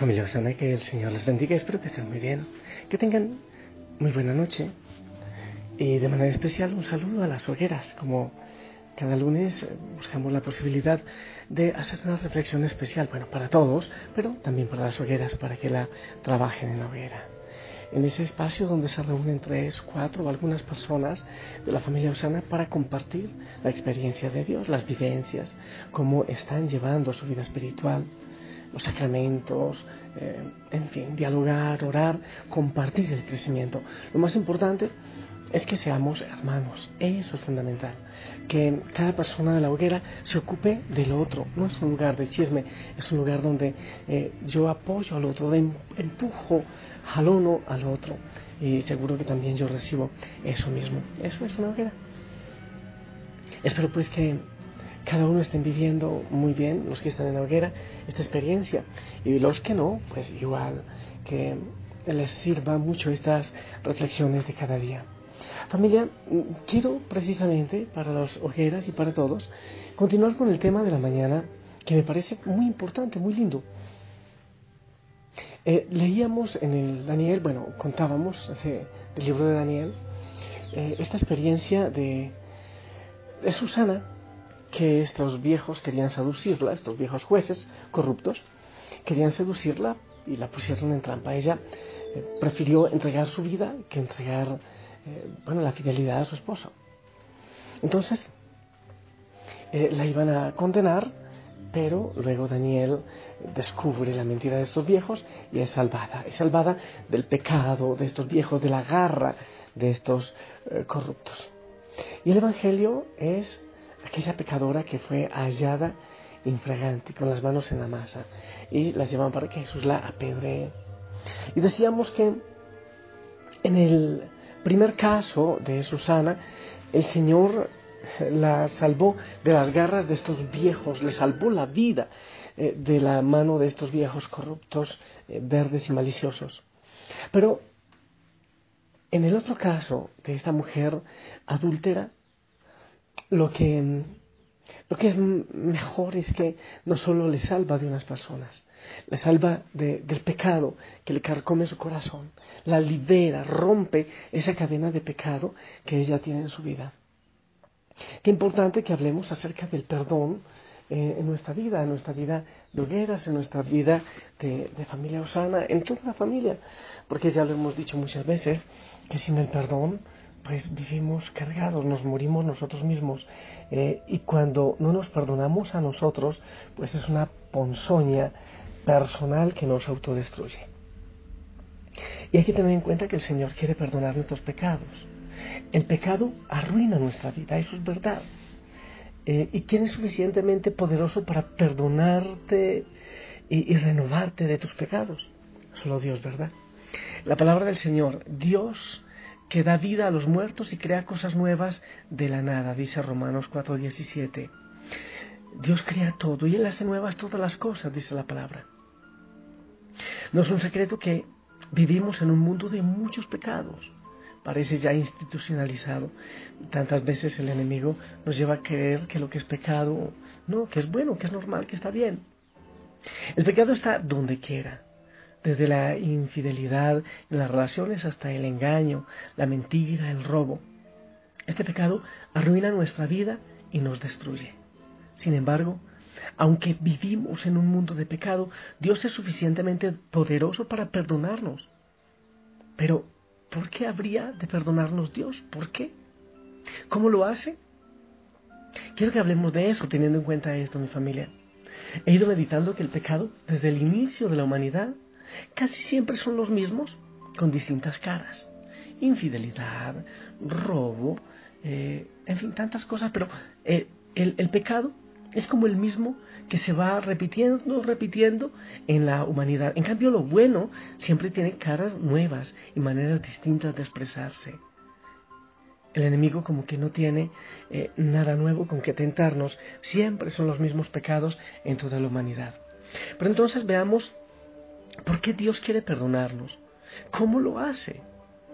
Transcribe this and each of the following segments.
Familia Osana, que el Señor les bendiga. Espero que estén muy bien, que tengan muy buena noche y de manera especial un saludo a las hogueras. Como cada lunes buscamos la posibilidad de hacer una reflexión especial, bueno, para todos, pero también para las hogueras, para que la trabajen en la hoguera. En ese espacio donde se reúnen 3, 4 o algunas personas de la familia Osana para compartir la experiencia de Dios, las vivencias, cómo están llevando su vida espiritual, los sacramentos, en fin, dialogar, orar, compartir el crecimiento. Lo más importante es que seamos hermanos, eso es fundamental, que cada persona de la hoguera se ocupe del otro. No es un lugar de chisme, es un lugar donde yo apoyo al otro, empujo, jalono al otro, y seguro que también yo recibo eso mismo. Eso es una hoguera. Espero pues que cada uno estén viviendo muy bien, los que están en la hoguera, esta experiencia, y los que no, pues igual, que les sirva mucho estas reflexiones de cada día. Familia, quiero precisamente para las hogueras y para todos continuar con el tema de la mañana, que me parece muy importante, muy lindo. Leíamos en el Daniel, contábamos del libro de Daniel, esta experiencia de Susana, que estos viejos querían seducirla, estos viejos jueces corruptos, querían seducirla y la pusieron en trampa. Ella prefirió entregar su vida que entregar la fidelidad a su esposo. Entonces, la iban a condenar, pero luego Daniel descubre la mentira de estos viejos y es salvada del pecado de estos viejos, de la garra de estos corruptos. Y el Evangelio es aquella pecadora que fue hallada infragante, con las manos en la masa, y las llevan para que Jesús la apedree. Y decíamos que en el primer caso de Susana, el Señor la salvó de las garras de estos viejos, le salvó la vida de la mano de estos viejos corruptos, verdes y maliciosos. Pero en el otro caso de esta mujer adúltera, lo que es mejor es que no solo le salva de unas personas, le salva del pecado que le carcome su corazón, la libera, rompe esa cadena de pecado que ella tiene en su vida. Qué importante que hablemos acerca del perdón en nuestra vida de hogueras, en nuestra vida de familia Osana, en toda la familia, porque ya lo hemos dicho muchas veces, que sin el perdón pues vivimos cargados, nos morimos nosotros mismos, y cuando no nos perdonamos a nosotros, pues es una ponzoña personal que nos autodestruye. Y hay que tener en cuenta que el Señor quiere perdonar nuestros pecados. El pecado arruina nuestra vida, eso es verdad. ¿Y quién es suficientemente poderoso para perdonarte y renovarte de tus pecados? Solo Dios, ¿verdad? La palabra del Señor, Dios que da vida a los muertos y crea cosas nuevas de la nada, dice Romanos 4:17. Dios crea todo y Él hace nuevas todas las cosas, dice la palabra. No es un secreto que vivimos en un mundo de muchos pecados. Parece ya institucionalizado. Tantas veces el enemigo nos lleva a creer que lo que es pecado, no, que es bueno, que es normal, que está bien. El pecado está donde quiera, desde la infidelidad en las relaciones hasta el engaño, la mentira, el robo. Este pecado arruina nuestra vida y nos destruye. Sin embargo, aunque vivimos en un mundo de pecado, Dios es suficientemente poderoso para perdonarnos. Pero, ¿por qué habría de perdonarnos Dios? ¿Por qué? ¿Cómo lo hace? Quiero que hablemos de eso, teniendo en cuenta esto, mi familia. He ido meditando que el pecado, desde el inicio de la humanidad, casi siempre son los mismos, con distintas caras. Infidelidad, robo, en fin, tantas cosas, pero el pecado es como el mismo que se va repitiendo en la humanidad. En cambio, lo bueno siempre tiene caras nuevas y maneras distintas de expresarse. El enemigo como que no tiene nada nuevo con que tentarnos. Siempre son los mismos pecados en toda la humanidad. Pero entonces veamos por qué Dios quiere perdonarnos. ¿Cómo lo hace?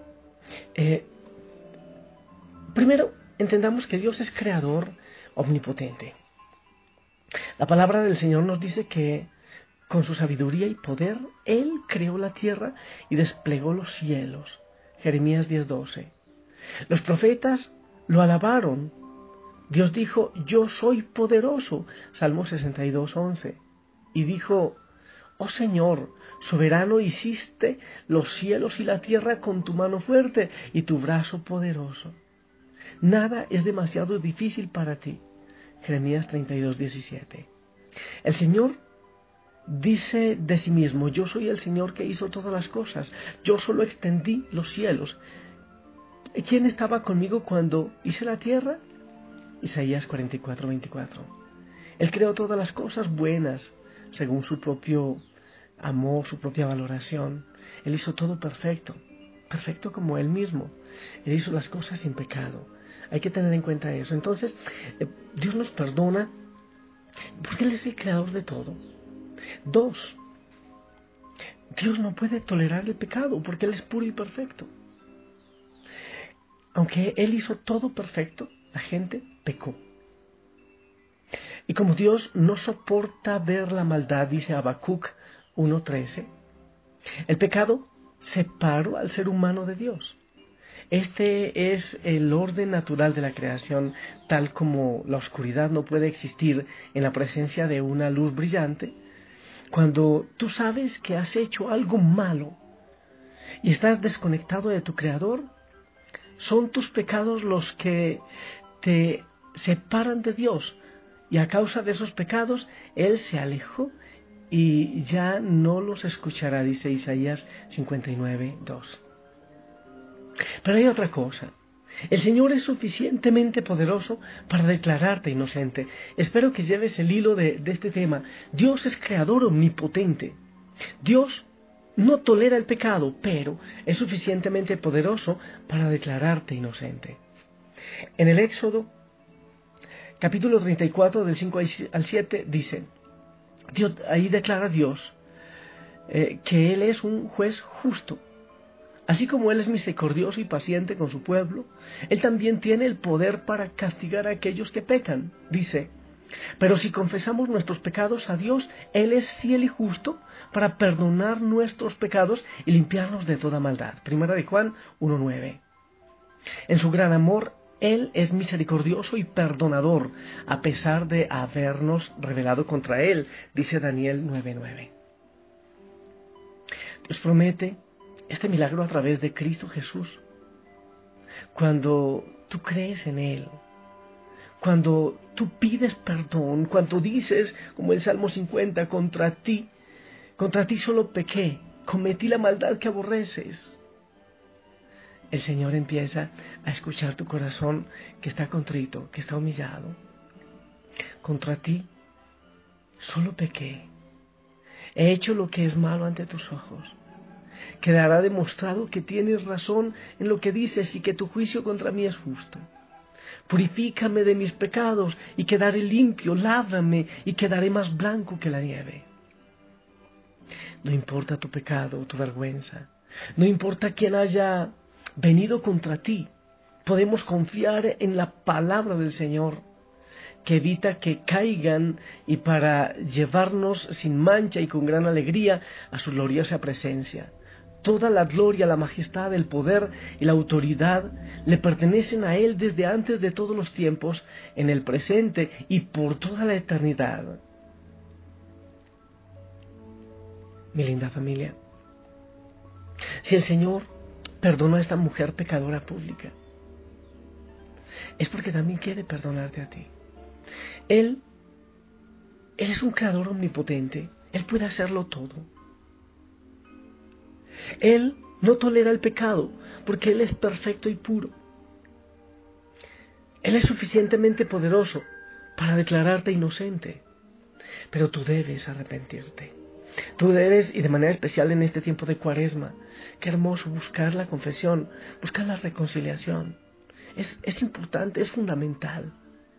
Primero, entendamos que Dios es creador omnipotente. La palabra del Señor nos dice que Con su sabiduría y poder, Él creó la tierra y desplegó los cielos. Jeremías 10:12. Los profetas lo alabaron. Dios dijo, yo soy poderoso. Salmo 62:11. Y dijo, oh Señor, soberano hiciste los cielos y la tierra con tu mano fuerte y tu brazo poderoso. Nada es demasiado difícil para ti. Jeremías 32:17. El Señor dice de sí mismo, yo soy el Señor que hizo todas las cosas. Yo solo extendí los cielos. ¿Quién estaba conmigo cuando hice la tierra? Isaías 44:24. Él creó todas las cosas buenas según su propio amor, su propia valoración. Él hizo todo perfecto, perfecto como Él mismo. Él hizo las cosas sin pecado. Hay que tener en cuenta eso. Entonces, Dios nos perdona porque Él es el creador de todo. 2. Dios no puede tolerar el pecado porque Él es puro y perfecto. Aunque Él hizo todo perfecto, la gente pecó. Y como Dios no soporta ver la maldad, dice Habacuc 1:13, el pecado separó al ser humano de Dios. Este es el orden natural de la creación, tal como la oscuridad no puede existir en la presencia de una luz brillante. Cuando tú sabes que has hecho algo malo y estás desconectado de tu Creador, son tus pecados los que te separan de Dios. Y a causa de esos pecados, Él se alejó y ya no los escuchará, dice Isaías 59:2. Pero hay otra cosa. El Señor es suficientemente poderoso para declararte inocente. Espero que lleves el hilo de este tema. Dios es creador omnipotente. Dios no tolera el pecado, pero es suficientemente poderoso para declararte inocente. En el Éxodo, capítulo 34, del 5 al 7, dice, ahí declara Dios que Él es un juez justo. Así como Él es misericordioso y paciente con su pueblo, Él también tiene el poder para castigar a aquellos que pecan. Dice, pero si confesamos nuestros pecados a Dios, Él es fiel y justo para perdonar nuestros pecados y limpiarnos de toda maldad. Primera de Juan 1:9. En su gran amor, Él es misericordioso y perdonador, a pesar de habernos rebelado contra Él, dice Daniel 9:9. Dios promete este milagro a través de Cristo Jesús. Cuando tú crees en Él, cuando tú pides perdón, cuando dices, como el Salmo 50, contra ti solo pequé, cometí la maldad que aborreces, el Señor empieza a escuchar tu corazón que está contrito, que está humillado. Contra ti solo pequé, he hecho lo que es malo ante tus ojos. Quedará demostrado que tienes razón en lo que dices y que tu juicio contra mí es justo. Purifícame de mis pecados y quedaré limpio, lávame y quedaré más blanco que la nieve. No importa tu pecado o tu vergüenza, no importa quién haya venido contra ti, podemos confiar en la palabra del Señor, que evita que caigan y para llevarnos sin mancha y con gran alegría a su gloriosa presencia. Toda la gloria, la majestad, el poder y la autoridad le pertenecen a Él desde antes de todos los tiempos, en el presente y por toda la eternidad. Mi linda familia, si el Señor perdonó a esta mujer pecadora pública, es porque también quiere perdonarte a ti. Él es un creador omnipotente. Él puede hacerlo todo. Él no tolera el pecado porque Él es perfecto y puro. Él es suficientemente poderoso para declararte inocente. Pero tú debes arrepentirte. Tú debes, y de manera especial en este tiempo de Cuaresma, qué hermoso buscar la confesión, buscar la reconciliación. Es importante, es fundamental.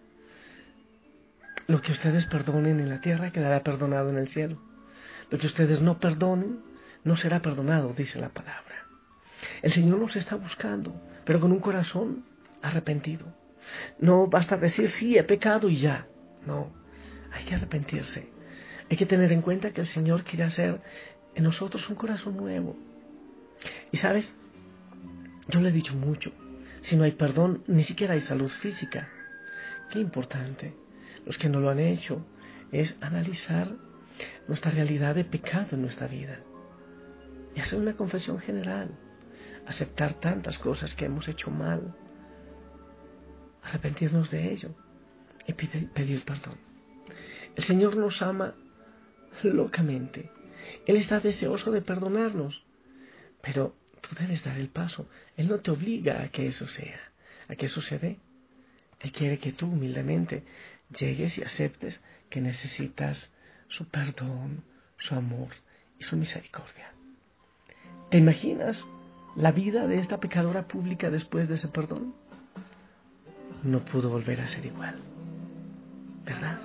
Lo que ustedes perdonen en la tierra quedará perdonado en el cielo. Lo que ustedes no perdonen no será perdonado, dice la palabra. El Señor nos está buscando, pero con un corazón arrepentido. No basta decir, sí, he pecado y ya. No, hay que arrepentirse. Hay que tener en cuenta que el Señor quiere hacer en nosotros un corazón nuevo. Y sabes, yo le he dicho mucho, si no hay perdón, ni siquiera hay salud física. Qué importante. Los que no lo han hecho es analizar nuestra realidad de pecado en nuestra vida y hacer una confesión general, aceptar tantas cosas que hemos hecho mal, arrepentirnos de ello y pedir perdón. El Señor nos ama locamente. Él está deseoso de perdonarnos, pero tú debes dar el paso. Él no te obliga a que eso sea, a que eso se dé. Él quiere que tú humildemente llegues y aceptes que necesitas su perdón, su amor y su misericordia. ¿Te imaginas la vida de esta pecadora pública después de ese perdón? No pudo volver a ser igual, ¿verdad?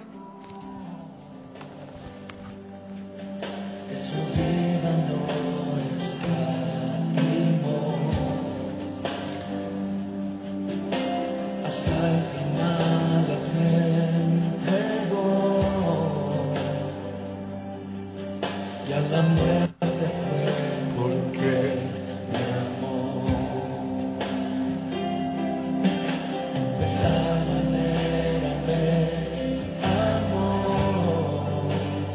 La muerte fue porque me amó. De la manera me amó.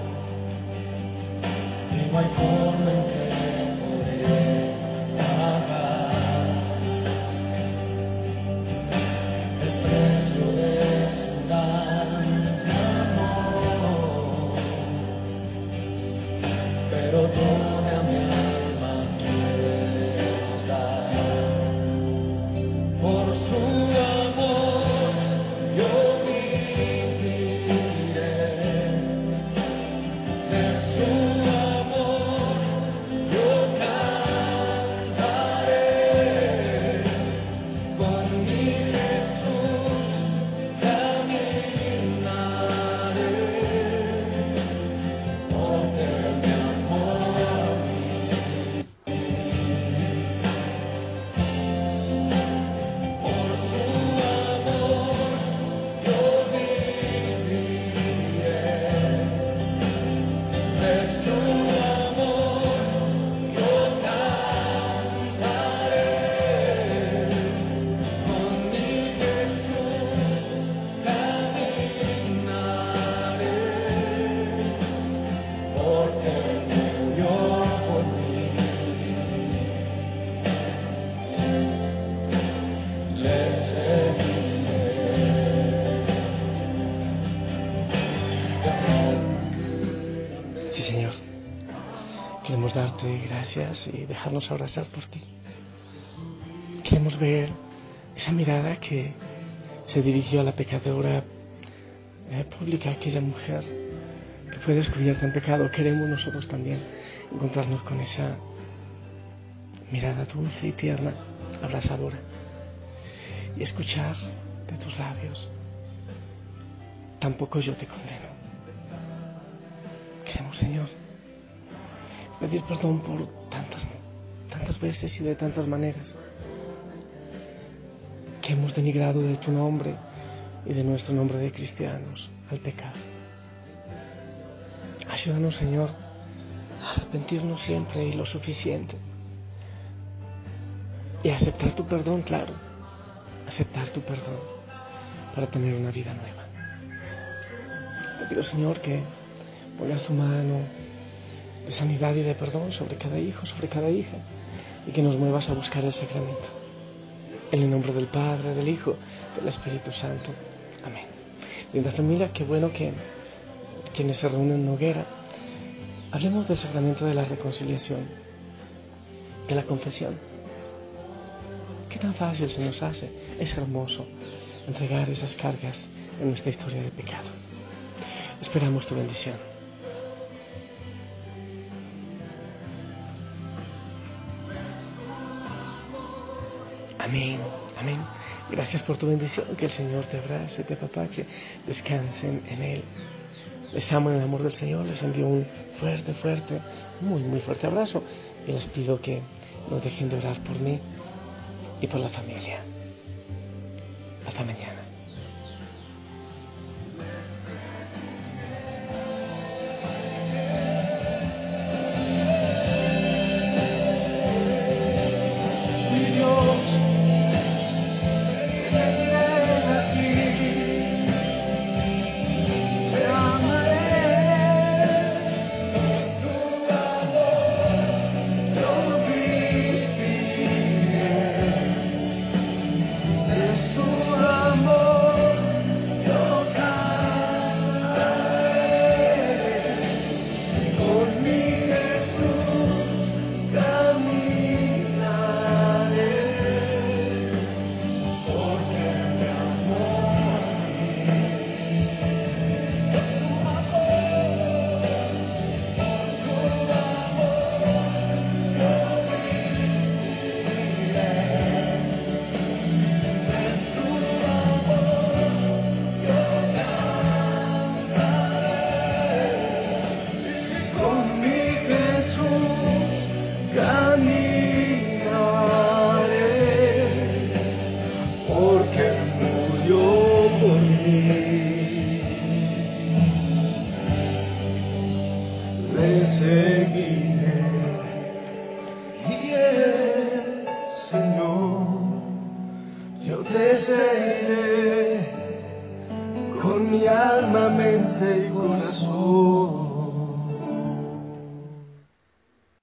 Y no hay forma en que podré pagar el precio de su gran amor. Pero toda mi alma quiero dar. Por su amor yo viviré. De su amor yo cantaré. Con mi Jesús caminaré. Porque Sí, Señor. Queremos darte gracias y dejarnos abrazar por ti. Queremos ver esa mirada que se dirigió a la pecadora pública, aquella mujer que fue descubierta en pecado. Queremos nosotros también encontrarnos con esa mirada dulce y tierna, abrazadora, y escuchar de tus labios: tampoco yo te condeno. Queremos, Señor, pedir perdón por tantas veces y de tantas maneras que hemos denigrado de tu nombre y de nuestro nombre de cristianos al pecado. Ayúdanos, Señor, a arrepentirnos siempre y lo suficiente y a aceptar tu perdón, claro, aceptar tu perdón para tener una vida nueva. Te pido, Señor, que pongas tu mano de sanidad y de perdón sobre cada hijo, sobre cada hija, y que nos muevas a buscar el sacramento. En el nombre del Padre, del Hijo, del Espíritu Santo. Amén. Linda familia, qué bueno que quienes se reúnen en hoguera hablemos del sacramento de la reconciliación, de la confesión. Qué tan fácil se nos hace. Es hermoso entregar esas cargas en nuestra historia de pecado. Esperamos tu bendición. Amén, amén. Gracias por tu bendición. Que el Señor te abrace, te apapache. Descansen en Él. Les amo en el amor del Señor. Les envío un fuerte, muy fuerte abrazo. Y les pido que no dejen de orar por mí y por la familia. Hasta mañana. Le seguiré, Señor, yo te seguiré con mi alma, mente y corazón.